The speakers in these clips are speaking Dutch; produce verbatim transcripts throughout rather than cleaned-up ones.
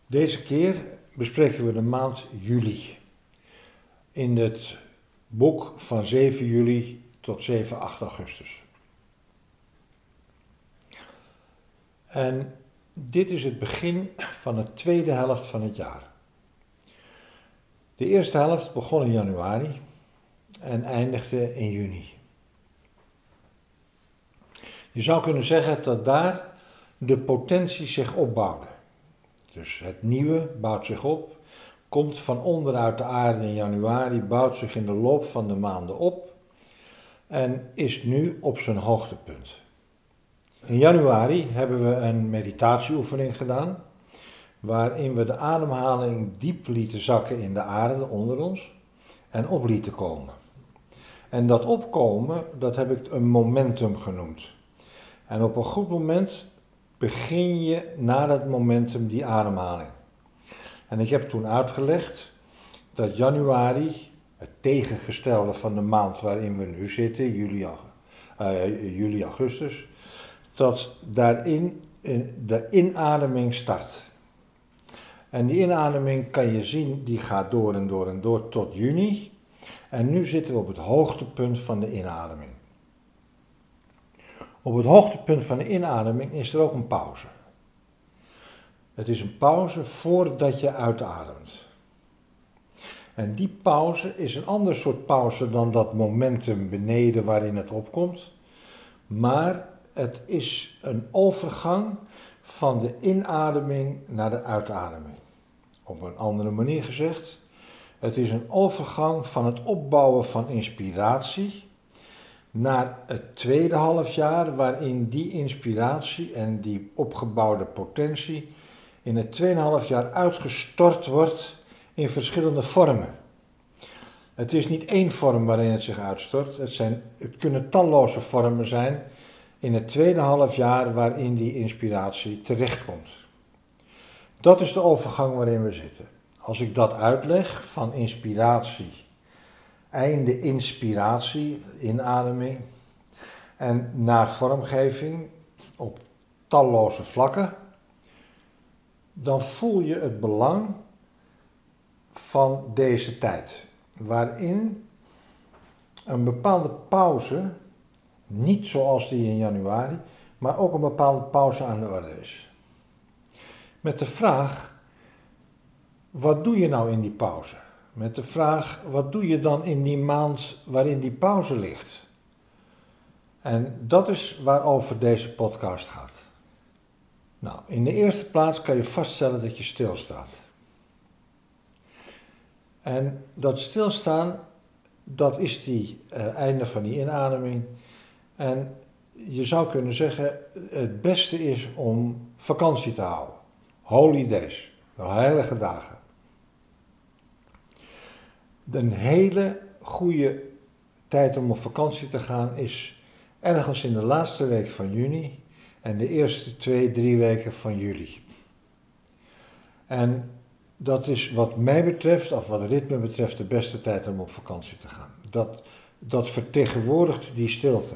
Deze keer bespreken we de maand juli in het boek van zeven juli tot zeven, acht augustus. En dit is het begin van de tweede helft van het jaar. De eerste helft begon in januari en eindigde in juni. Je zou kunnen zeggen dat daar de potentie zich opbouwde. Dus het nieuwe bouwt zich op, komt van onderuit de aarde in januari, bouwt zich in de loop van de maanden op en is nu op zijn hoogtepunt. In januari hebben we een meditatieoefening gedaan, waarin we de ademhaling diep lieten zakken in de aarde onder ons en op lieten komen. En dat opkomen, dat heb ik een momentum genoemd. En op een goed moment begin je na dat momentum die ademhaling. En ik heb toen uitgelegd dat januari, het tegengestelde van de maand waarin we nu zitten, juli, uh, juli augustus, dat daarin de inademing start. En die inademing kan je zien, die gaat door en door en door tot juni. En nu zitten we op het hoogtepunt van de inademing. Op het hoogtepunt van de inademing is er ook een pauze. Het is een pauze voordat je uitademt. En die pauze is een ander soort pauze dan dat momentum beneden waarin het opkomt. Maar het is een overgang van de inademing naar de uitademing. Op een andere manier gezegd, het is een overgang van het opbouwen van inspiratie naar het tweede halfjaar, waarin die inspiratie en die opgebouwde potentie in het tweede halfjaar uitgestort wordt in verschillende vormen. Het is niet één vorm waarin het zich uitstort, het, zijn, het kunnen talloze vormen zijn in het tweede halfjaar waarin die inspiratie terechtkomt. Dat is de overgang waarin we zitten. Als ik dat uitleg van inspiratie, einde inspiratie, inademing, en naar vormgeving op talloze vlakken, dan voel je het belang van deze tijd, waarin een bepaalde pauze, niet zoals die in januari, maar ook een bepaalde pauze aan de orde is. Met de vraag, wat doe je nou in die pauze? Met de vraag, wat doe je dan in die maand waarin die pauze ligt? En dat is waarover deze podcast gaat. Nou, in de eerste plaats kan je vaststellen dat je stilstaat. En dat stilstaan, dat is die uh, einde van die inademing. En je zou kunnen zeggen, het beste is om vakantie te houden. Holy days, de heilige dagen. Een hele goede tijd om op vakantie te gaan is ergens in de laatste week van juni en de eerste twee, drie weken van juli. En dat is wat mij betreft, of wat ritme betreft, de beste tijd om op vakantie te gaan. Dat, dat vertegenwoordigt die stilte.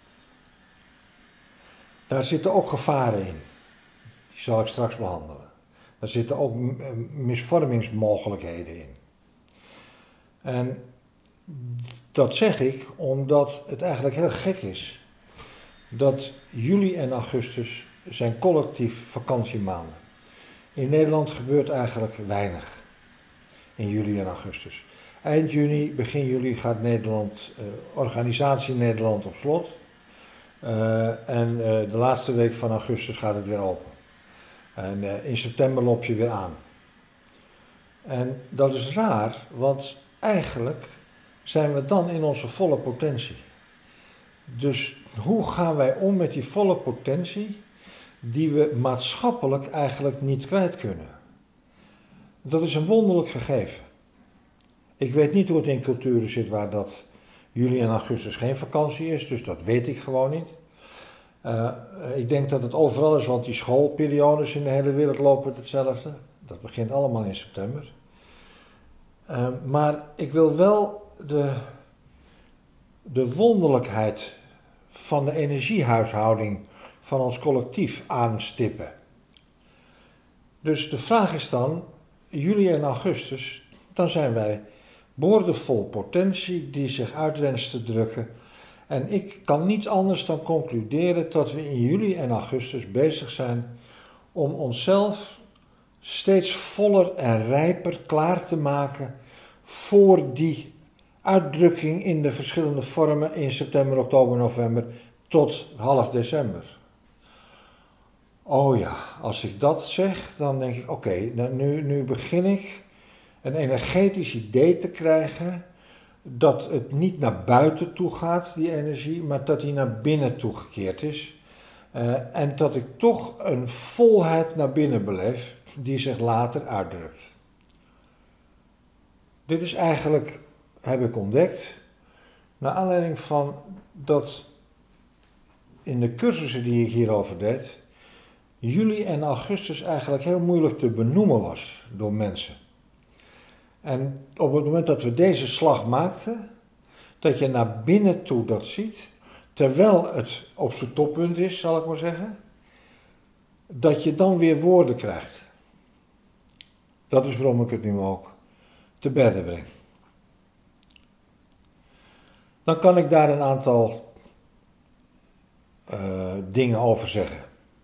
Daar zitten ook gevaren in. Die zal ik straks behandelen. Daar zitten ook misvormingsmogelijkheden in. En dat zeg ik omdat het eigenlijk heel gek is dat juli en augustus zijn collectief vakantiemaanden. In Nederland gebeurt eigenlijk weinig in juli en augustus. Eind juni, begin juli gaat Nederland, uh, organisatie Nederland op slot. Uh, en uh, de laatste week van augustus gaat het weer open. En uh, in september loop je weer aan. En dat is raar, want eigenlijk zijn we dan in onze volle potentie. Dus hoe gaan wij om met die volle potentie die we maatschappelijk eigenlijk niet kwijt kunnen? Dat is een wonderlijk gegeven. Ik weet niet hoe het in culturen zit waar dat juli en augustus geen vakantie is, dus dat weet ik gewoon niet. Uh, ik denk dat het overal is, want die schoolperiodes in de hele wereld lopen hetzelfde. Dat begint allemaal in september. Uh, maar ik wil wel de, de wonderlijkheid van de energiehuishouding van ons collectief aanstippen. Dus de vraag is dan, juli en augustus, dan zijn wij boordevol potentie die zich uitwenst te drukken. En ik kan niet anders dan concluderen dat we in juli en augustus bezig zijn om onszelf steeds voller en rijper klaar te maken voor die uitdrukking in de verschillende vormen in september, oktober, november tot half december. Oh ja, als ik dat zeg, dan denk ik, oké, okay, nu, nu begin ik een energetisch idee te krijgen dat het niet naar buiten toe gaat, die energie, maar dat die naar binnen toegekeerd is. Uh, en dat ik toch een volheid naar binnen beleef die zich later uitdrukt. Dit is eigenlijk, heb ik ontdekt, naar aanleiding van dat in de cursussen die ik hierover deed, juli en augustus eigenlijk heel moeilijk te benoemen was door mensen. En op het moment dat we deze slag maakten, dat je naar binnen toe dat ziet, terwijl het op zijn toppunt is, zal ik maar zeggen, dat je dan weer woorden krijgt. Dat is waarom ik het nu ook te berde breng. Dan kan ik daar een aantal uh, dingen over zeggen.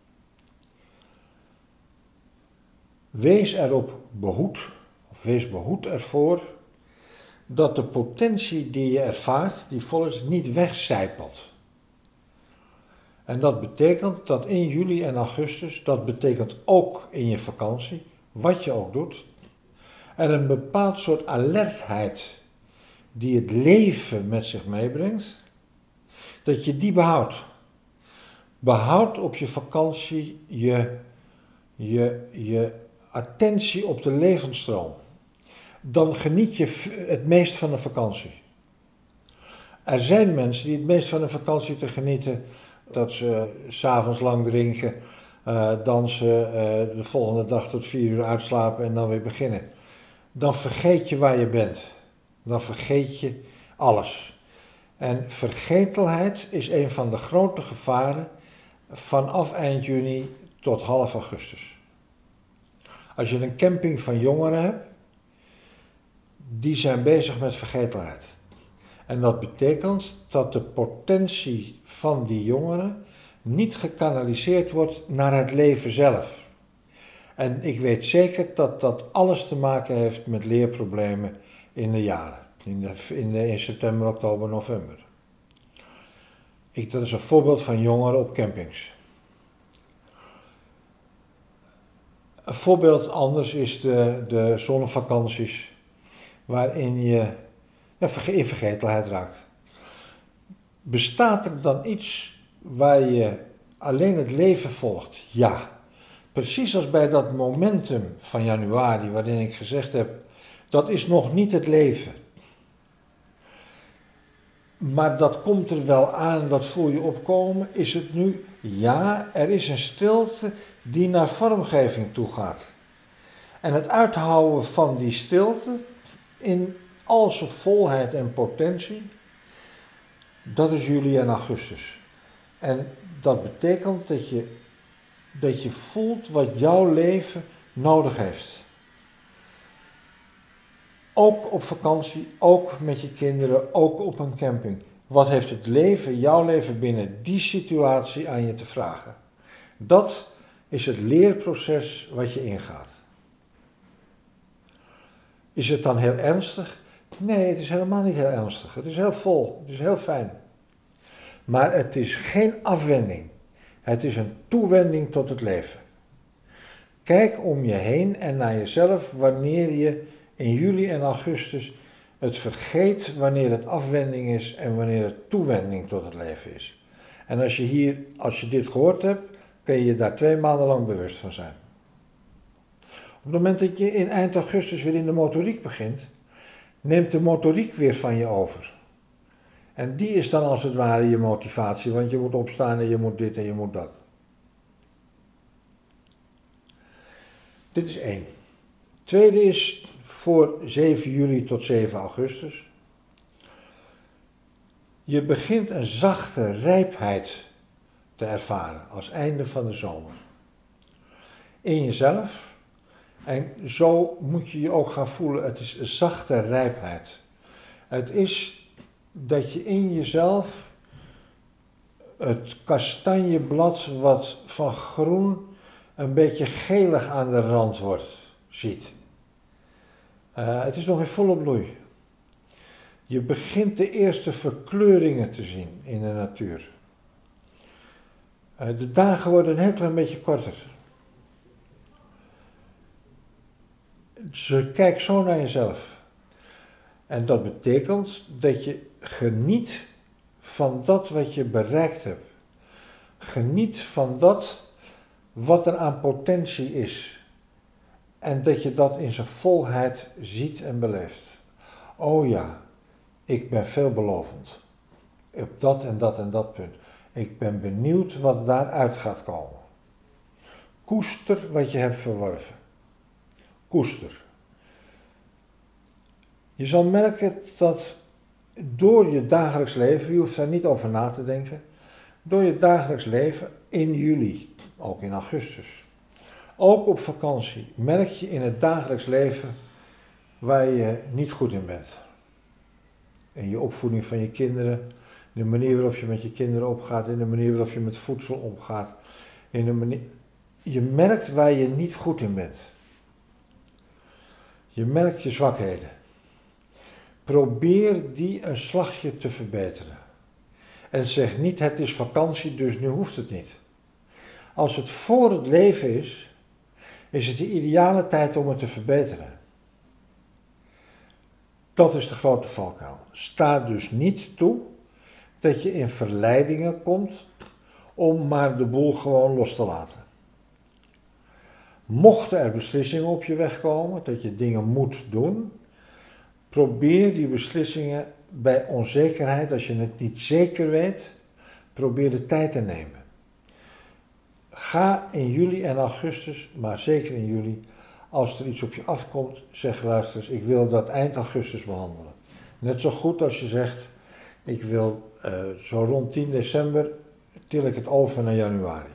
Wees erop behoed, of wees behoed ervoor, dat de potentie die je ervaart, die vol is, niet wegcijpelt. En dat betekent dat in juli en augustus, dat betekent ook in je vakantie, wat je ook doet, er een bepaald soort alertheid die het leven met zich meebrengt, dat je die behoudt. Behoud op je vakantie je, je, je attentie op de levensstroom. Dan geniet je het meest van de vakantie. Er zijn mensen die het meest van de vakantie te genieten, dat ze 's avonds lang drinken, uh, dansen, uh, de volgende dag tot vier uur uitslapen en dan weer beginnen. Dan vergeet je waar je bent. Dan vergeet je alles. En vergetelheid is een van de grote gevaren vanaf eind juni tot half augustus. Als je een camping van jongeren hebt, die zijn bezig met vergetelheid. En dat betekent dat de potentie van die jongeren niet gekanaliseerd wordt naar het leven zelf. En ik weet zeker dat dat alles te maken heeft met leerproblemen in de jaren. In, de, in, de, in september, oktober, november. Ik, dat is een voorbeeld van jongeren op campings. Een voorbeeld anders is de, de zonnevakanties, waarin je ja, in vergetelheid raakt. Bestaat er dan iets waar je alleen het leven volgt? Ja. Precies als bij dat momentum van januari, waarin ik gezegd heb, dat is nog niet het leven. Maar dat komt er wel aan, dat voel je opkomen. Is het nu? Ja, er is een stilte die naar vormgeving toe gaat. En het uithouden van die stilte in al zijn volheid en potentie, dat is juli en augustus. En dat betekent dat je, dat je voelt wat jouw leven nodig heeft. Ook op vakantie, ook met je kinderen, ook op een camping. Wat heeft het leven, jouw leven binnen die situatie aan je te vragen? Dat is het leerproces wat je ingaat. Is het dan heel ernstig? Nee, het is helemaal niet heel ernstig. Het is heel vol, het is heel fijn. Maar het is geen afwending. Het is een toewending tot het leven. Kijk om je heen en naar jezelf wanneer je in juli en augustus het vergeet wanneer het afwending is en wanneer het toewending tot het leven is. En als je hier, als je dit gehoord hebt, kun je je daar twee maanden lang bewust van zijn. Op het moment dat je in eind augustus weer in de motoriek begint, neemt de motoriek weer van je over. En die is dan als het ware je motivatie, want je moet opstaan en je moet dit en je moet dat. Dit is één. Tweede is voor zeven juli tot zeven augustus. Je begint een zachte rijpheid te ervaren als einde van de zomer. In jezelf, En zo moet je je ook gaan voelen. Het is een zachte rijpheid. Het is dat je in jezelf het kastanjeblad wat van groen een beetje gelig aan de rand wordt, ziet. Uh, het is nog in volle bloei. Je begint de eerste verkleuringen te zien in de natuur. Uh, de dagen worden een heel klein beetje korter. Dus kijk zo naar jezelf. En dat betekent dat je geniet van dat wat je bereikt hebt. Geniet van dat wat er aan potentie is. En dat je dat in zijn volheid ziet en beleeft. Oh ja, ik ben veelbelovend. Op dat en dat en dat punt. Ik ben benieuwd wat daaruit gaat komen. Koester wat je hebt verworven. Koester. Je zal merken dat door je dagelijks leven, je hoeft daar niet over na te denken, door je dagelijks leven in juli, ook in augustus, ook op vakantie, merk je in het dagelijks leven waar je niet goed in bent. In je opvoeding van je kinderen, in de manier waarop je met je kinderen opgaat, in de manier waarop je met voedsel omgaat, in de manier... Je merkt waar je niet goed in bent. Je merkt je zwakheden. Probeer die een slagje te verbeteren. En zeg niet, het is vakantie, dus nu hoeft het niet. Als het voor het leven is, is het de ideale tijd om het te verbeteren. Dat is de grote valkuil. Sta dus niet toe dat je in verleidingen komt om maar de boel gewoon los te laten. Mochten er beslissingen op je weg komen, dat je dingen moet doen, probeer die beslissingen bij onzekerheid, als je het niet zeker weet, probeer de tijd te nemen. Ga in juli en augustus, maar zeker in juli, als er iets op je afkomt, zeg luister eens, ik wil dat eind augustus behandelen. Net zo goed als je zegt, ik wil uh, zo rond tien december, til ik het over naar januari.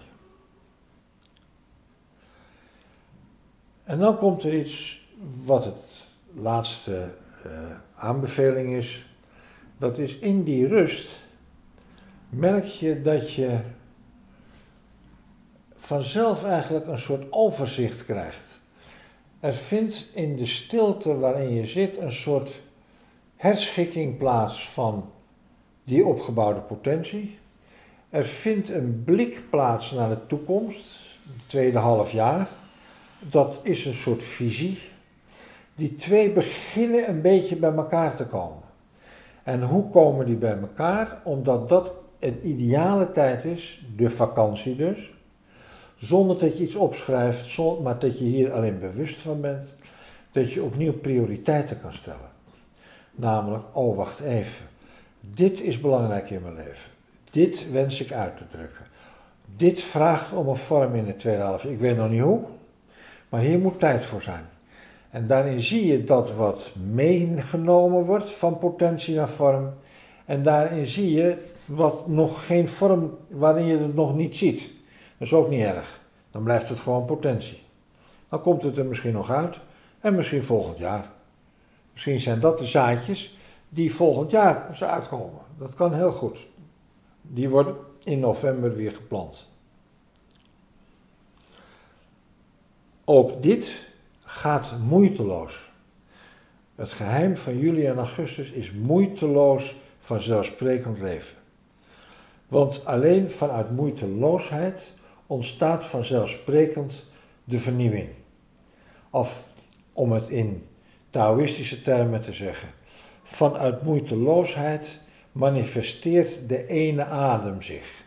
En dan komt er iets wat het laatste uh, aanbeveling is. Dat is in die rust merk je dat je vanzelf eigenlijk een soort overzicht krijgt. Er vindt in de stilte waarin je zit een soort herschikking plaats van die opgebouwde potentie. Er vindt een blik plaats naar de toekomst, het tweede half jaar. Dat is een soort visie. Die twee beginnen een beetje bij elkaar te komen. En hoe komen die bij elkaar? Omdat dat een ideale tijd is, de vakantie dus. Zonder dat je iets opschrijft, maar dat je hier alleen bewust van bent. Dat je opnieuw prioriteiten kan stellen. Namelijk, oh wacht even. Dit is belangrijk in mijn leven. Dit wens ik uit te drukken. Dit vraagt om een vorm in het tweede half jaar. Ik weet nog niet hoe, maar hier moet tijd voor zijn. En daarin zie je dat wat meegenomen wordt van potentie naar vorm. En daarin zie je wat nog geen vorm, waarin je het nog niet ziet. Dat is ook niet erg. Dan blijft het gewoon potentie. Dan komt het er misschien nog uit. En misschien volgend jaar. Misschien zijn dat de zaadjes die volgend jaar zo uitkomen. Dat kan heel goed. Die worden in november weer geplant. Ook dit gaat moeiteloos. Het geheim van juli en augustus is moeiteloos vanzelfsprekend leven. Want alleen vanuit moeiteloosheid ontstaat vanzelfsprekend de vernieuwing. Of om het in Taoïstische termen te zeggen, vanuit moeiteloosheid manifesteert de ene adem zich.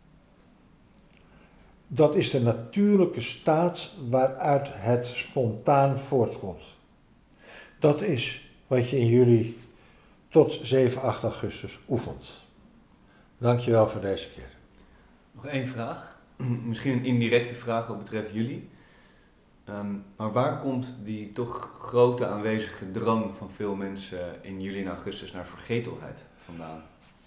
Dat is de natuurlijke staat waaruit het spontaan voortkomt. Dat is wat je in juli tot zeven, acht augustus oefent. Dankjewel voor deze keer. Nog één vraag. Misschien een indirecte vraag wat betreft jullie. Um, maar waar komt die toch grote aanwezige drang van veel mensen in juli en augustus naar vergetelheid vandaan?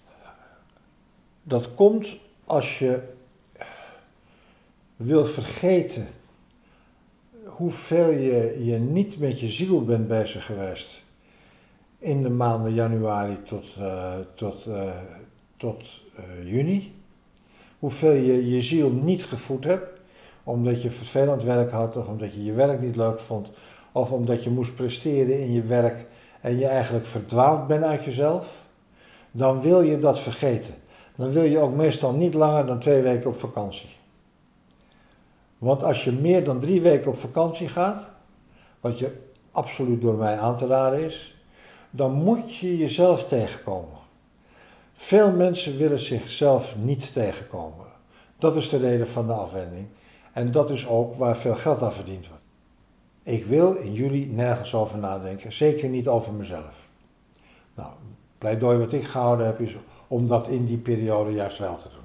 Dat komt als je wil vergeten hoeveel je, je niet met je ziel bent bezig geweest in de maanden januari tot, uh, tot, uh, tot uh, juni. Hoeveel je je ziel niet gevoed hebt, omdat je vervelend werk had, of omdat je je werk niet leuk vond, of omdat je moest presteren in je werk en je eigenlijk verdwaald bent uit jezelf, dan wil je dat vergeten. Dan wil je ook meestal niet langer dan twee weken op vakantie. Want als je meer dan drie weken op vakantie gaat, wat je absoluut door mij aan te raden is, dan moet je jezelf tegenkomen. Veel mensen willen zichzelf niet tegenkomen. Dat is de reden van de afwending. En dat is ook waar veel geld aan verdiend wordt. Ik wil in juli nergens over nadenken, zeker niet over mezelf. Nou, pleidooi wat ik gehouden heb is om dat in die periode juist wel te doen.